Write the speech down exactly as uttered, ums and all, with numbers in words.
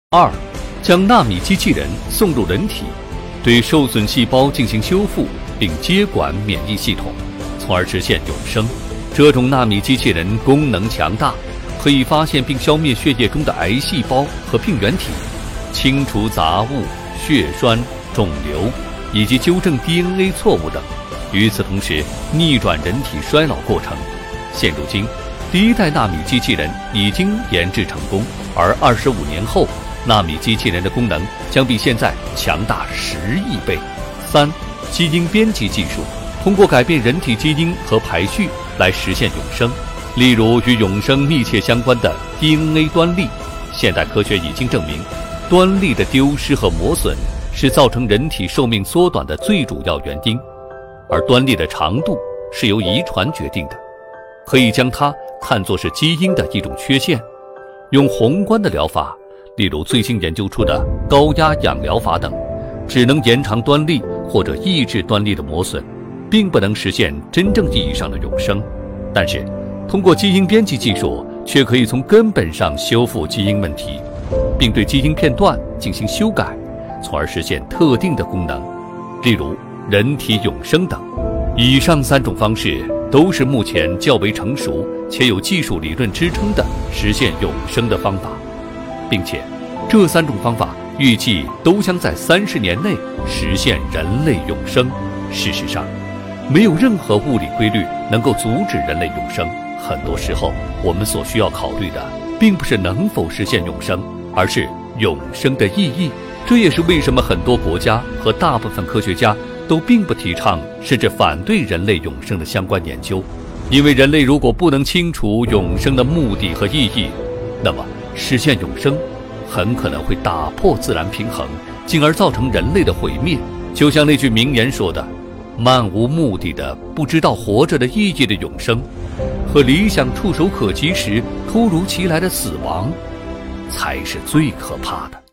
二，将纳米机器人送入人体，对受损细胞进行修复，并接管免疫系统，从而实现永生。这种纳米机器人功能强大，可以发现并消灭血液中的癌细胞和病原体，清除杂物、血栓、肿瘤，以及纠正 D N A 错误等。与此同时，逆转人体衰老过程。现如今，第一代纳米机器人已经研制成功，而二十五年后，纳米机器人的功能将比现在强大十亿倍。三、基因编辑技术，通过改变人体基因和排序来实现永生。例如与永生密切相关的 D N A 端粒，现代科学已经证明，端粒的丢失和磨损是造成人体寿命缩短的最主要原因，而端粒的长度是由遗传决定的，可以将它看作是基因的一种缺陷。用宏观的疗法，例如最新研究出的高压氧疗法等，只能延长端粒或者抑制端粒的磨损，并不能实现真正意义上的永生。但是通过基因编辑技术，却可以从根本上修复基因问题，并对基因片段进行修改，从而实现特定的功能，例如人体永生等。以上三种方式都是目前较为成熟且有技术理论支撑的实现永生的方法，并且这三种方法预计都将在三十年内实现人类永生。事实上，没有任何物理规律能够阻止人类永生。很多时候，我们所需要考虑的并不是能否实现永生，而是永生的意义。这也是为什么很多国家和大部分科学家都并不提倡甚至反对人类永生的相关研究。因为人类如果不能清楚永生的目的和意义，那么实现永生很可能会打破自然平衡，进而造成人类的毁灭。就像那句名言说的，漫无目的的不知道活着的意义的永生，和理想触手可及时突如其来的死亡，才是最可怕的。